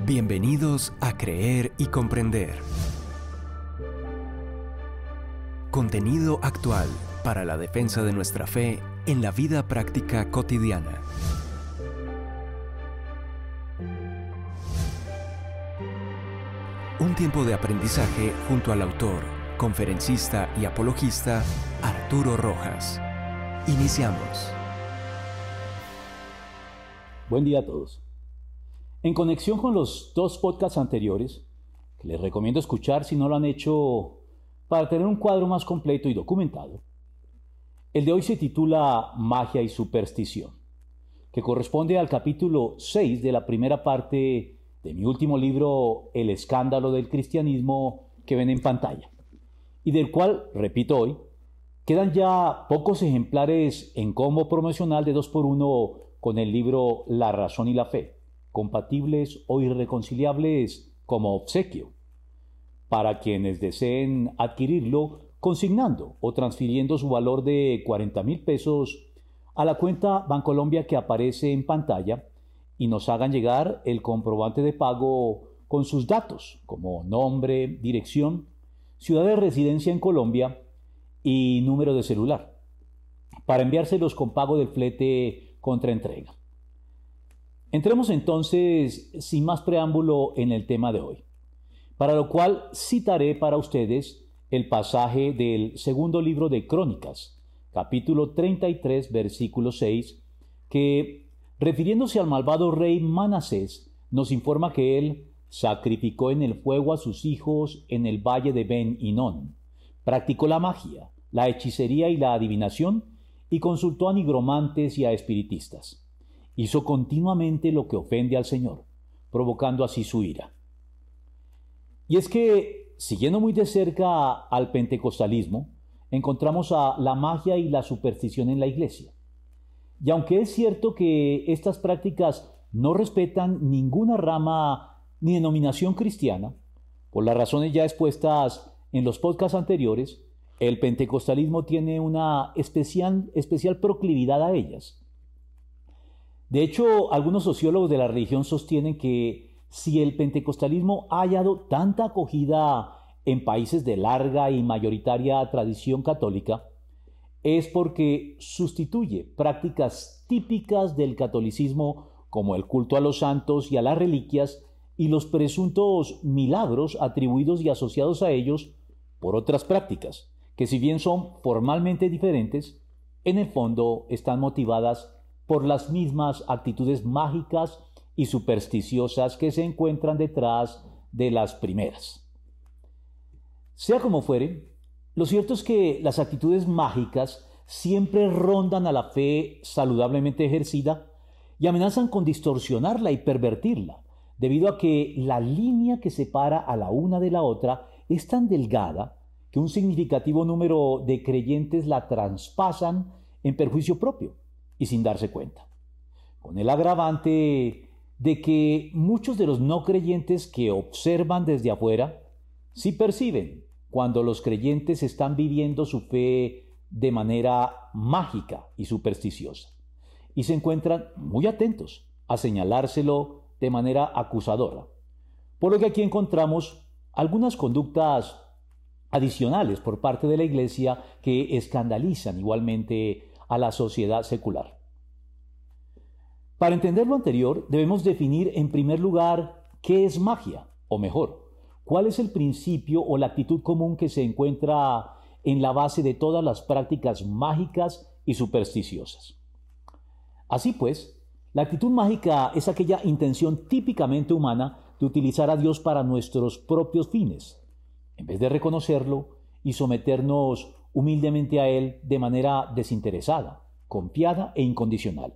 Bienvenidos a Creer y Comprender. Contenido actual para la defensa de nuestra fe en la vida práctica cotidiana. Un tiempo de aprendizaje junto al autor, conferencista y apologista Arturo Rojas. Iniciamos. Buen día a todos. En conexión con los dos podcasts anteriores, que les recomiendo escuchar si no lo han hecho para tener un cuadro más completo y documentado, el de hoy se titula Magia y Superstición, que corresponde al capítulo 6 de la primera parte de mi último libro, El escándalo del cristianismo, que ven en pantalla, y del cual, repito hoy, quedan ya pocos ejemplares en combo promocional de 2x1 con el libro La razón y la fe, compatibles o irreconciliables como obsequio, para quienes deseen adquirirlo consignando o transfiriendo su valor de 40,000 pesos a la cuenta Bancolombia que aparece en pantalla y nos hagan llegar el comprobante de pago con sus datos como nombre, dirección, ciudad de residencia en Colombia y número de celular, para enviárselos con pago del flete contra entrega. Entremos entonces, sin más preámbulo, en el tema de hoy, para lo cual citaré para ustedes el pasaje del segundo libro de Crónicas, capítulo 33, versículo 6, que, refiriéndose al malvado rey Manasés, nos informa que él sacrificó en el fuego a sus hijos en el valle de Ben Hinón, practicó la magia, la hechicería y la adivinación, y consultó a nigromantes y a espiritistas. Hizo continuamente lo que ofende al Señor, provocando así su ira. Y es que, siguiendo muy de cerca al pentecostalismo, encontramos a la magia y la superstición en la iglesia. Y aunque es cierto que estas prácticas no respetan ninguna rama ni denominación cristiana, por las razones ya expuestas en los podcasts anteriores, el pentecostalismo tiene una especial proclividad a ellas. De hecho, algunos sociólogos de la religión sostienen que si el pentecostalismo ha hallado tanta acogida en países de larga y mayoritaria tradición católica, es porque sustituye prácticas típicas del catolicismo como el culto a los santos y a las reliquias y los presuntos milagros atribuidos y asociados a ellos por otras prácticas, que si bien son formalmente diferentes, en el fondo están motivadas por las mismas actitudes mágicas y supersticiosas que se encuentran detrás de las primeras. Sea como fuere, lo cierto es que las actitudes mágicas siempre rondan a la fe saludablemente ejercida y amenazan con distorsionarla y pervertirla, debido a que la línea que separa a la una de la otra es tan delgada que un significativo número de creyentes la traspasan en perjuicio propio y sin darse cuenta, con el agravante de que muchos de los no creyentes que observan desde afuera sí perciben cuando los creyentes están viviendo su fe de manera mágica y supersticiosa, y se encuentran muy atentos a señalárselo de manera acusadora, por lo que aquí encontramos algunas conductas adicionales por parte de la Iglesia que escandalizan igualmente a la sociedad secular. Para entender lo anterior, debemos definir en primer lugar qué es magia, o mejor, cuál es el principio o la actitud común que se encuentra en la base de todas las prácticas mágicas y supersticiosas. Así pues, la actitud mágica es aquella intención típicamente humana de utilizar a Dios para nuestros propios fines, en vez de reconocerlo y someternos humildemente a Él de manera desinteresada, confiada e incondicional.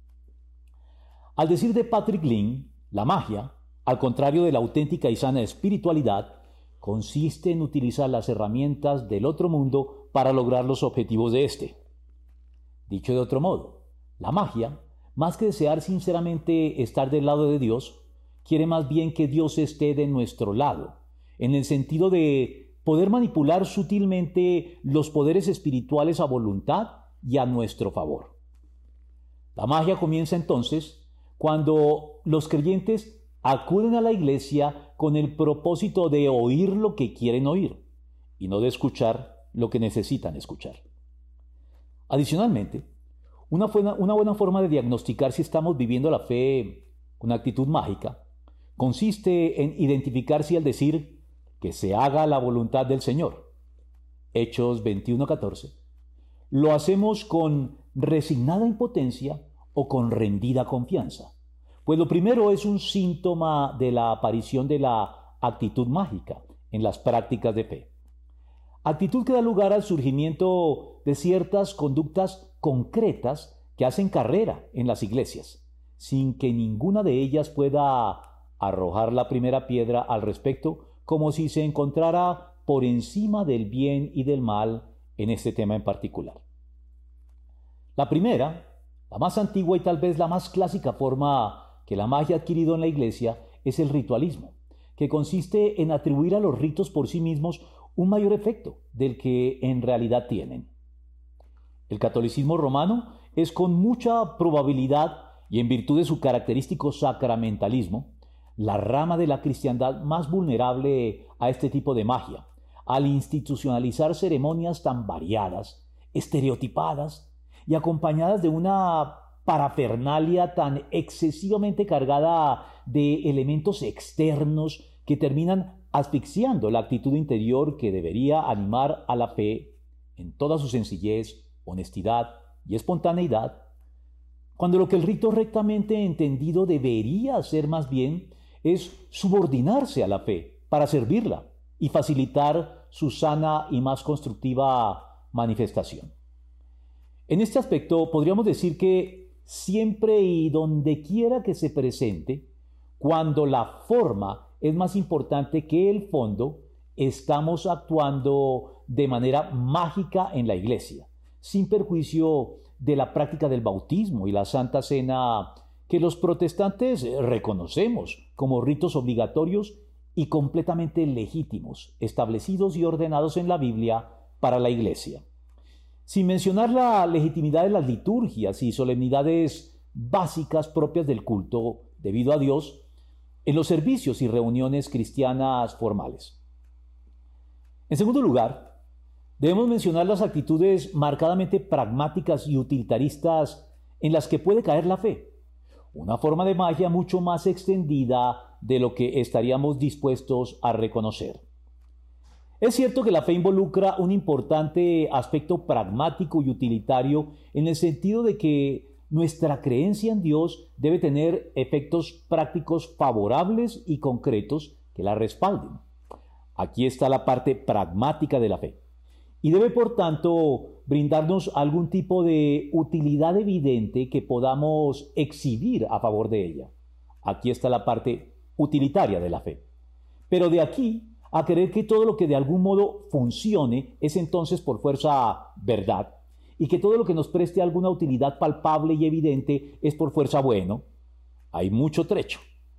Al decir de Patrick Lynn, la magia, al contrario de la auténtica y sana espiritualidad, consiste en utilizar las herramientas del otro mundo para lograr los objetivos de éste. Dicho de otro modo, la magia, más que desear sinceramente estar del lado de Dios, quiere más bien que Dios esté de nuestro lado, en el sentido de poder manipular sutilmente los poderes espirituales a voluntad y a nuestro favor. La magia comienza entonces cuando los creyentes acuden a la iglesia con el propósito de oír lo que quieren oír y no de escuchar lo que necesitan escuchar. Adicionalmente, una buena forma de diagnosticar si estamos viviendo la fe con actitud mágica consiste en identificar si al decir que se haga la voluntad del Señor, Hechos 21:14, lo hacemos con resignada impotencia o con rendida confianza. Pues lo primero es un síntoma de la aparición de la actitud mágica en las prácticas de fe. Actitud que da lugar al surgimiento de ciertas conductas concretas que hacen carrera en las iglesias, sin que ninguna de ellas pueda arrojar la primera piedra al respecto, como si se encontrara por encima del bien y del mal en este tema en particular. La primera, la más antigua y tal vez la más clásica forma que la magia ha adquirido en la iglesia es el ritualismo, que consiste en atribuir a los ritos por sí mismos un mayor efecto del que en realidad tienen. El catolicismo romano es con mucha probabilidad y en virtud de su característico sacramentalismo, la rama de la cristiandad más vulnerable a este tipo de magia, al institucionalizar ceremonias tan variadas, estereotipadas y acompañadas de una parafernalia tan excesivamente cargada de elementos externos que terminan asfixiando la actitud interior que debería animar a la fe en toda su sencillez, honestidad y espontaneidad, cuando lo que el rito rectamente entendido debería hacer más bien es subordinarse a la fe para servirla y facilitar su sana y más constructiva manifestación. En este aspecto podríamos decir que siempre y donde quiera que se presente, cuando la forma es más importante que el fondo, estamos actuando de manera mágica en la iglesia, sin perjuicio de la práctica del bautismo y la Santa Cena que los protestantes reconocemos como ritos obligatorios y completamente legítimos, establecidos y ordenados en la Biblia para la iglesia. Sin mencionar la legitimidad de las liturgias y solemnidades básicas propias del culto debido a Dios en los servicios y reuniones cristianas formales. En segundo lugar, debemos mencionar las actitudes marcadamente pragmáticas y utilitaristas en las que puede caer la fe, una forma de magia mucho más extendida de lo que estaríamos dispuestos a reconocer. Es cierto que la fe involucra un importante aspecto pragmático y utilitario en el sentido de que nuestra creencia en Dios debe tener efectos prácticos favorables y concretos que la respalden. Aquí está la parte pragmática de la fe. Y debe, por tanto, brindarnos algún tipo de utilidad evidente que podamos exhibir a favor de ella. Aquí está la parte utilitaria de la fe. Pero de aquí a creer que todo lo que de algún modo funcione es entonces por fuerza verdad, y que todo lo que nos preste alguna utilidad palpable y evidente es por fuerza bueno, hay mucho trecho.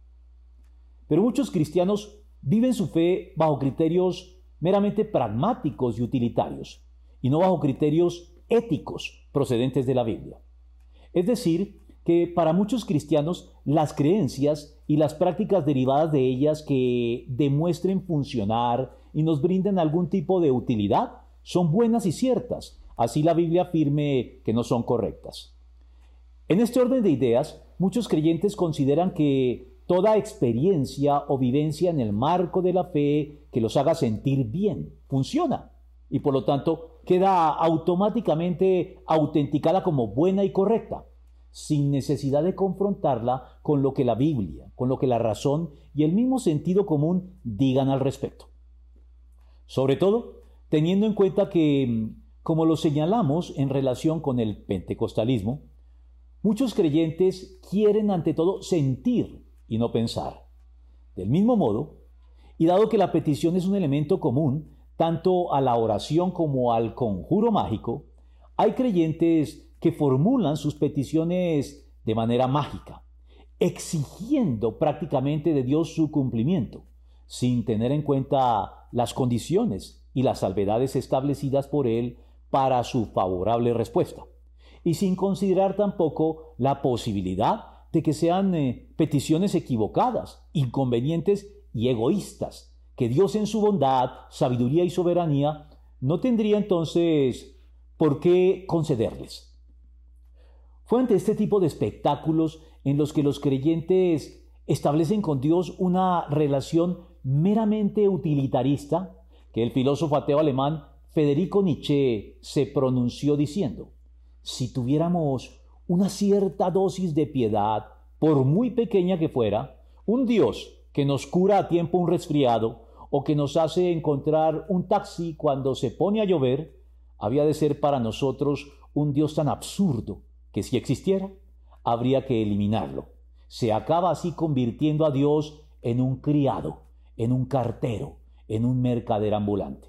Pero muchos cristianos viven su fe bajo criterios meramente pragmáticos y utilitarios, y no bajo criterios éticos procedentes de la Biblia. Es decir, que para muchos cristianos las creencias y las prácticas derivadas de ellas que demuestren funcionar y nos brinden algún tipo de utilidad son buenas y ciertas, así la Biblia afirme que no son correctas. En este orden de ideas, muchos creyentes consideran que toda experiencia o vivencia en el marco de la fe que los haga sentir bien funciona y por lo tanto queda automáticamente autenticada como buena y correcta, sin necesidad de confrontarla con lo que la Biblia, con lo que la razón y el mismo sentido común digan al respecto. Sobre todo, teniendo en cuenta que, como lo señalamos en relación con el pentecostalismo, muchos creyentes quieren ante todo sentir y no pensar. Del mismo modo, y dado que la petición es un elemento común tanto a la oración como al conjuro mágico, hay creyentes que formulan sus peticiones de manera mágica, exigiendo prácticamente de Dios su cumplimiento, sin tener en cuenta las condiciones y las salvedades establecidas por Él para su favorable respuesta, y sin considerar tampoco la posibilidad de que sean peticiones equivocadas, inconvenientes y egoístas, que Dios en su bondad, sabiduría y soberanía no tendría entonces por qué concederles. Fue ante este tipo de espectáculos en los que los creyentes establecen con Dios una relación meramente utilitarista que el filósofo ateo alemán Federico Nietzsche se pronunció diciendo: si tuviéramos una cierta dosis de piedad, por muy pequeña que fuera, un Dios que nos cura a tiempo un resfriado o que nos hace encontrar un taxi cuando se pone a llover, había de ser para nosotros un Dios tan absurdo que si existiera, habría que eliminarlo. Se acaba así convirtiendo a Dios en un criado, en un cartero, en un mercader ambulante.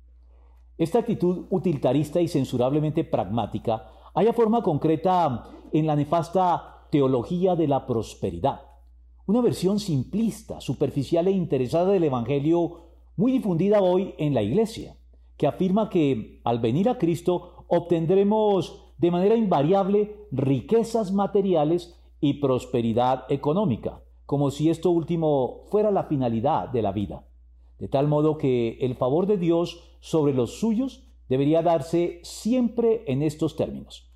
Esta actitud utilitarista y censurablemente pragmática halla forma concreta en la nefasta teología de la prosperidad, una versión simplista, superficial e interesada del Evangelio muy difundida hoy en la Iglesia, que afirma que al venir a Cristo obtendremos de manera invariable riquezas materiales y prosperidad económica, como si esto último fuera la finalidad de la vida, de tal modo que el favor de Dios sobre los suyos debería darse siempre en estos términos.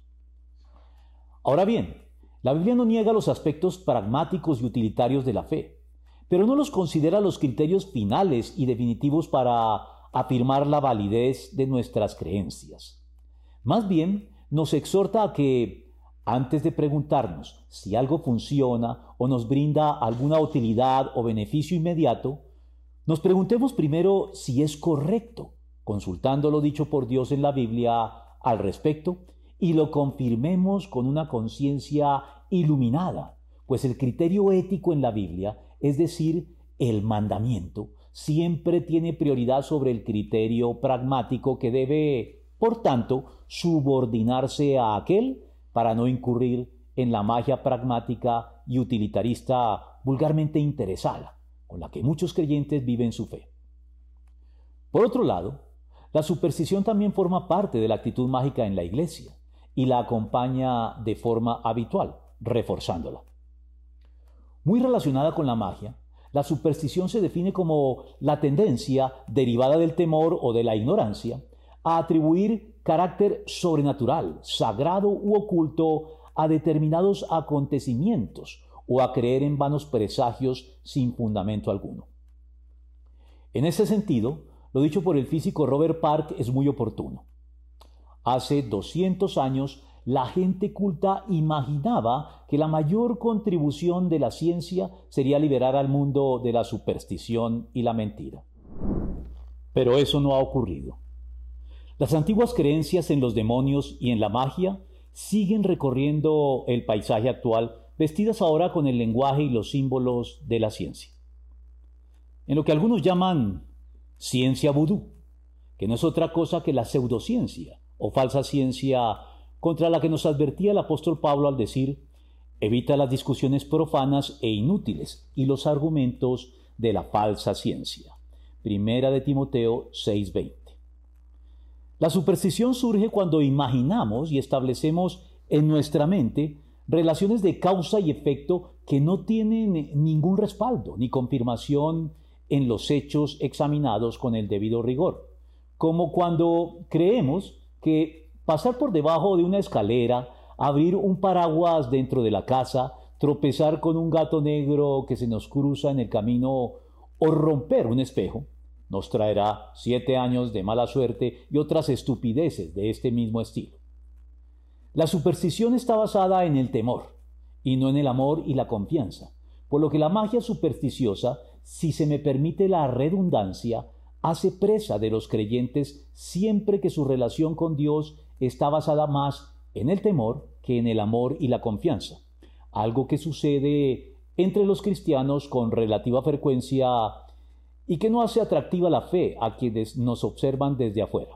Ahora bien, la Biblia no niega los aspectos pragmáticos y utilitarios de la fe, pero no los considera los criterios finales y definitivos para afirmar la validez de nuestras creencias. Más bien, nos exhorta a que, antes de preguntarnos si algo funciona o nos brinda alguna utilidad o beneficio inmediato, nos preguntemos primero si es correcto, consultando lo dicho por Dios en la Biblia al respecto, y lo confirmemos con una conciencia iluminada, pues el criterio ético en la Biblia, es decir, el mandamiento, siempre tiene prioridad sobre el criterio pragmático que debe, por tanto, subordinarse a aquel para no incurrir en la magia pragmática y utilitarista vulgarmente interesada, con la que muchos creyentes viven su fe. Por otro lado, la superstición también forma parte de la actitud mágica en la Iglesia y la acompaña de forma habitual, reforzándola. Muy relacionada con la magia, la superstición se define como la tendencia, derivada del temor o de la ignorancia, a atribuir carácter sobrenatural, sagrado u oculto a determinados acontecimientos o a creer en vanos presagios sin fundamento alguno. En ese sentido, lo dicho por el físico Robert Park es muy oportuno. Hace 200 años, la gente culta imaginaba que la mayor contribución de la ciencia sería liberar al mundo de la superstición y la mentira. Pero eso no ha ocurrido. Las antiguas creencias en los demonios y en la magia siguen recorriendo el paisaje actual, vestidas ahora con el lenguaje y los símbolos de la ciencia. En lo que algunos llaman ciencia vudú, que no es otra cosa que la pseudociencia o falsa ciencia contra la que nos advertía el apóstol Pablo al decir: evita las discusiones profanas e inútiles y los argumentos de la falsa ciencia. Primera de Timoteo 6:20. La superstición surge cuando imaginamos y establecemos en nuestra mente relaciones de causa y efecto que no tienen ningún respaldo ni confirmación en los hechos examinados con el debido rigor, como cuando creemos que pasar por debajo de una escalera, abrir un paraguas dentro de la casa, tropezar con un gato negro que se nos cruza en el camino o romper un espejo nos traerá 7 años de mala suerte y otras estupideces de este mismo estilo. La superstición está basada en el temor y no en el amor y la confianza, por lo que la magia supersticiosa, si se me permite la redundancia, hace presa de los creyentes siempre que su relación con Dios está basada más en el temor que en el amor y la confianza, algo que sucede entre los cristianos con relativa frecuencia y que no hace atractiva la fe a quienes nos observan desde afuera.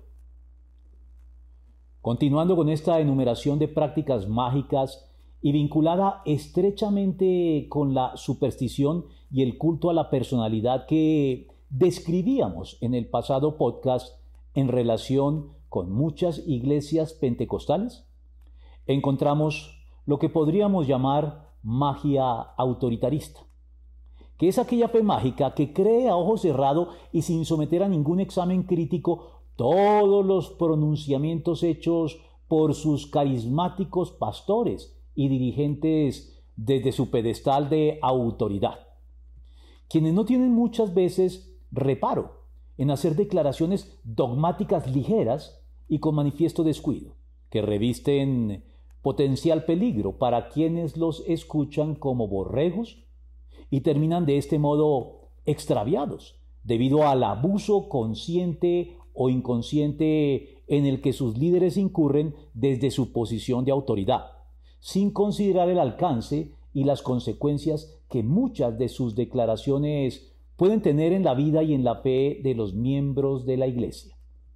Continuando con esta enumeración de prácticas mágicas y vinculada estrechamente con la superstición y el culto a la personalidad que describíamos en el pasado podcast en relación con muchas iglesias pentecostales, encontramos lo que podríamos llamar magia autoritarista, que es aquella fe mágica que cree a ojo cerrado y sin someter a ningún examen crítico todos los pronunciamientos hechos por sus carismáticos pastores y dirigentes desde su pedestal de autoridad, quienes no tienen muchas veces reparo en hacer declaraciones dogmáticas ligeras y con manifiesto descuido, que revisten potencial peligro para quienes los escuchan como borregos y terminan de este modo extraviados debido al abuso consciente o inconsciente en el que sus líderes incurren desde su posición de autoridad, sin considerar el alcance y las consecuencias que muchas de sus declaraciones pueden tener en la vida y en la fe de los miembros de la Iglesia.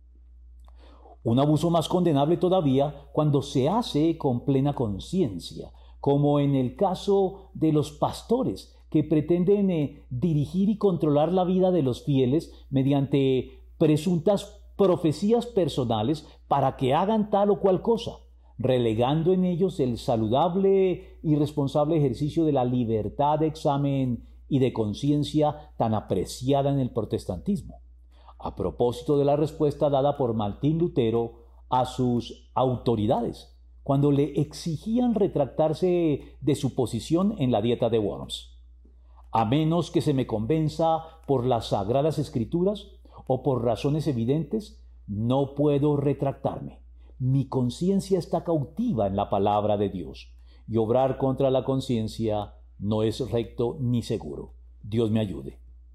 Un abuso más condenable todavía cuando se hace con plena conciencia, como en el caso de los pastores que pretenden dirigir y controlar la vida de los fieles mediante presuntas profecías personales para que hagan tal o cual cosa, relegando en ellos el saludable y responsable ejercicio de la libertad de examen y de conciencia tan apreciada en el protestantismo. A propósito de la respuesta dada por Martín Lutero a sus autoridades, cuando le exigían retractarse de su posición en la dieta de Worms. A menos que se me convenza por las Sagradas Escrituras o por razones evidentes, no puedo retractarme. Mi conciencia está cautiva en la palabra de Dios, y obrar contra la conciencia no es recto ni seguro. Dios me ayude.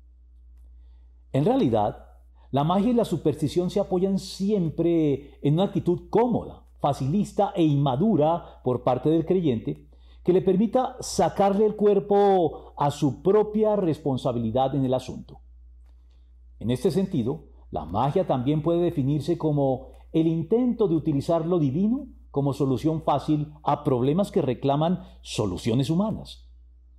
En realidad, la magia y la superstición se apoyan siempre en una actitud cómoda, facilista e inmadura por parte del creyente que le permita sacarle el cuerpo a su propia responsabilidad en el asunto. En este sentido, la magia también puede definirse como el intento de utilizar lo divino como solución fácil a problemas que reclaman soluciones humanas.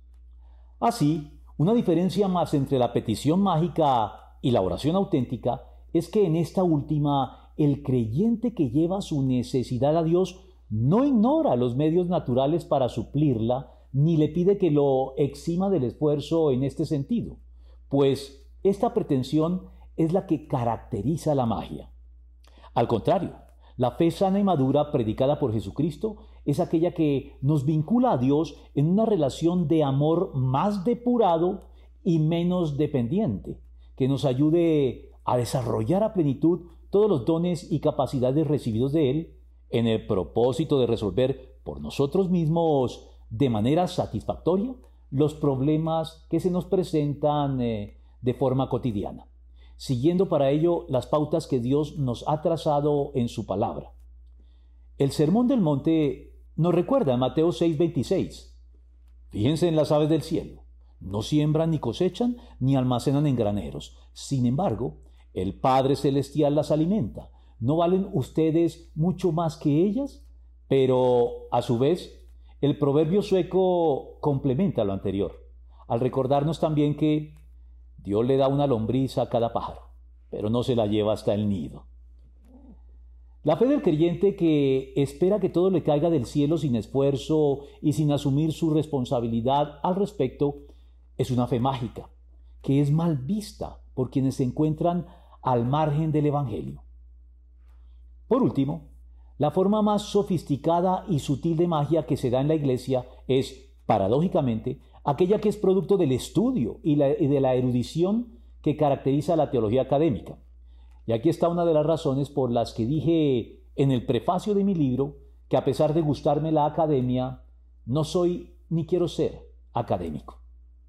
Así, una diferencia más entre la petición mágica y la oración auténtica es que en esta última, el creyente que lleva su necesidad a Dios no ignora los medios naturales para suplirla, ni le pide que lo exima del esfuerzo en este sentido, pues esta pretensión es la que caracteriza la magia. Al contrario, la fe sana y madura predicada por Jesucristo es aquella que nos vincula a Dios en una relación de amor más depurado y menos dependiente, que nos ayude a desarrollar a plenitud todos los dones y capacidades recibidos de Él en el propósito de resolver por nosotros mismos de manera satisfactoria los problemas que se nos presentan de forma cotidiana, siguiendo para ello las pautas que Dios nos ha trazado en su palabra. El Sermón del Monte nos recuerda en Mateo 6:26. Fíjense en las aves del cielo. No siembran ni cosechan ni almacenan en graneros. Sin embargo, el Padre Celestial las alimenta. ¿No valen ustedes mucho más que ellas? Pero, a su vez, el proverbio sueco complementa lo anterior, al recordarnos también que Dios le da una lombriz a cada pájaro, pero no se la lleva hasta el nido. La fe del creyente que espera que todo le caiga del cielo sin esfuerzo y sin asumir su responsabilidad al respecto es una fe mágica, que es mal vista por quienes se encuentran al margen del Evangelio. Por último, la forma más sofisticada y sutil de magia que se da en la Iglesia es, paradójicamente, aquella que es producto del estudio y de la erudición que caracteriza la teología académica. Y aquí está una de las razones por las que dije en el prefacio de mi libro que a pesar de gustarme la academia, no soy ni quiero ser académico.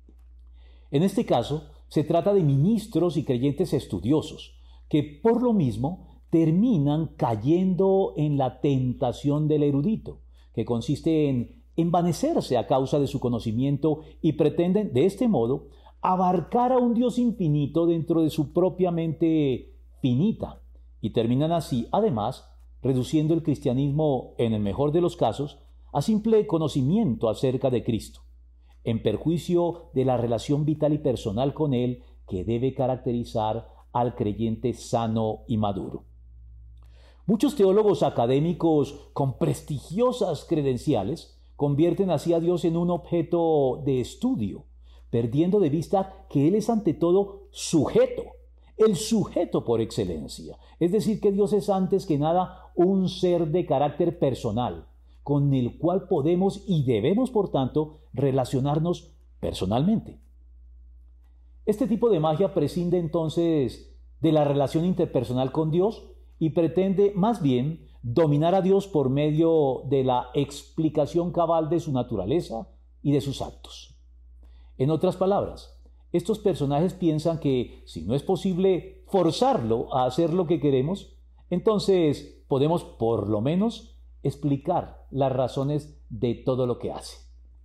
En este caso, se trata de ministros y creyentes estudiosos, que por lo mismo terminan cayendo en la tentación del erudito, que consiste en envanecerse a causa de su conocimiento y pretenden, de este modo, abarcar a un Dios infinito dentro de su propia mente finita, y terminan así, además, reduciendo el cristianismo, en el mejor de los casos, a simple conocimiento acerca de Cristo, en perjuicio de la relación vital y personal con Él que debe caracterizar al creyente sano y maduro. Muchos teólogos académicos con prestigiosas credenciales convierten así a Dios en un objeto de estudio, perdiendo de vista que Él es ante todo sujeto, el sujeto por excelencia. Es decir, que Dios es antes que nada un ser de carácter personal, con el cual podemos y debemos, por tanto, relacionarnos personalmente. Este tipo de magia prescinde entonces de la relación interpersonal con Dios y pretende más bien dominar a Dios por medio de la explicación cabal de su naturaleza y de sus actos. En otras palabras, estos personajes piensan que si no es posible forzarlo a hacer lo que queremos, entonces podemos por lo menos explicar las razones de todo lo que hace.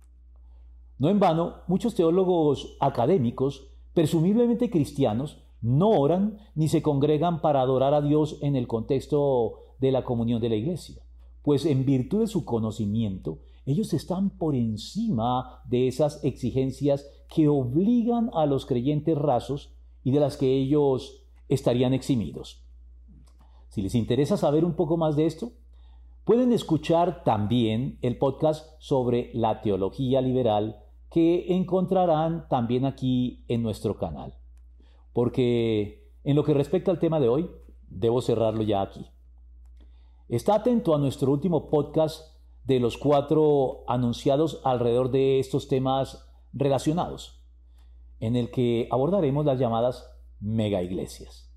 No en vano, muchos teólogos académicos, presumiblemente cristianos, no oran ni se congregan para adorar a Dios en el contexto de la comunión de la iglesia, pues en virtud de su conocimiento, ellos están por encima de esas exigencias que obligan a los creyentes rasos y de las que ellos estarían eximidos. Si les interesa saber un poco más de esto, pueden escuchar también el podcast sobre la teología liberal que encontrarán también aquí en nuestro canal. Porque en lo que respecta al tema de hoy, debo cerrarlo ya aquí. Está atento a nuestro último podcast de los 4 anunciados alrededor de estos temas relacionados, en el que abordaremos las llamadas mega iglesias.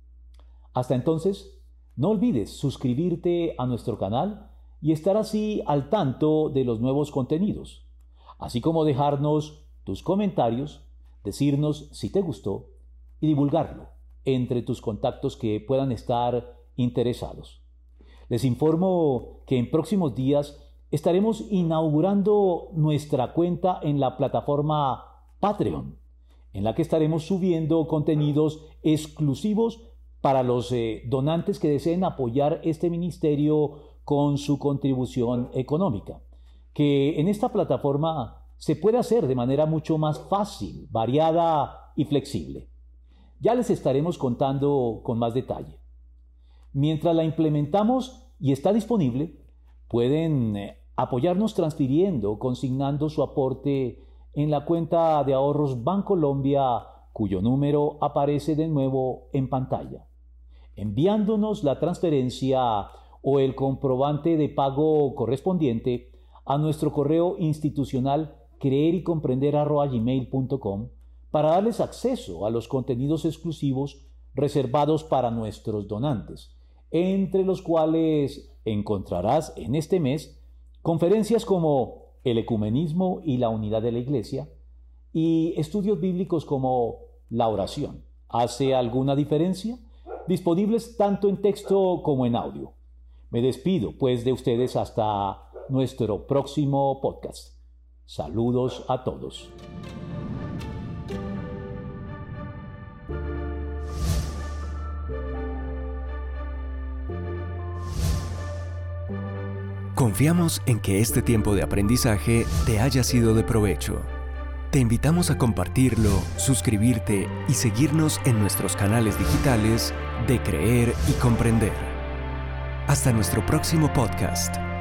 Hasta entonces, no olvides suscribirte a nuestro canal y estar así al tanto de los nuevos contenidos, así como dejarnos tus comentarios, decirnos si te gustó y divulgarlo entre tus contactos que puedan estar interesados. Les informo que en próximos días estaremos inaugurando nuestra cuenta en la plataforma Patreon, en la que estaremos subiendo contenidos exclusivos para los donantes que deseen apoyar este ministerio con su contribución económica, que en esta plataforma se puede hacer de manera mucho más fácil, variada y flexible. Ya les estaremos contando con más detalle. Mientras la implementamos y está disponible, pueden apoyarnos transfiriendo o consignando su aporte en la cuenta de ahorros Bancolombia, cuyo número aparece de nuevo en pantalla, enviándonos la transferencia o el comprobante de pago correspondiente a nuestro correo institucional creerycomprender@gmail.com para darles acceso a los contenidos exclusivos reservados para nuestros donantes, entre los cuales encontrarás en este mes conferencias como el ecumenismo y la unidad de la Iglesia y estudios bíblicos como la oración. ¿Hace alguna diferencia? Disponibles tanto en texto como en audio. Me despido pues de ustedes hasta nuestro próximo podcast. Saludos a todos. Confiamos en que este tiempo de aprendizaje te haya sido de provecho. Te invitamos a compartirlo, suscribirte y seguirnos en nuestros canales digitales de Creer y Comprender. Hasta nuestro próximo podcast.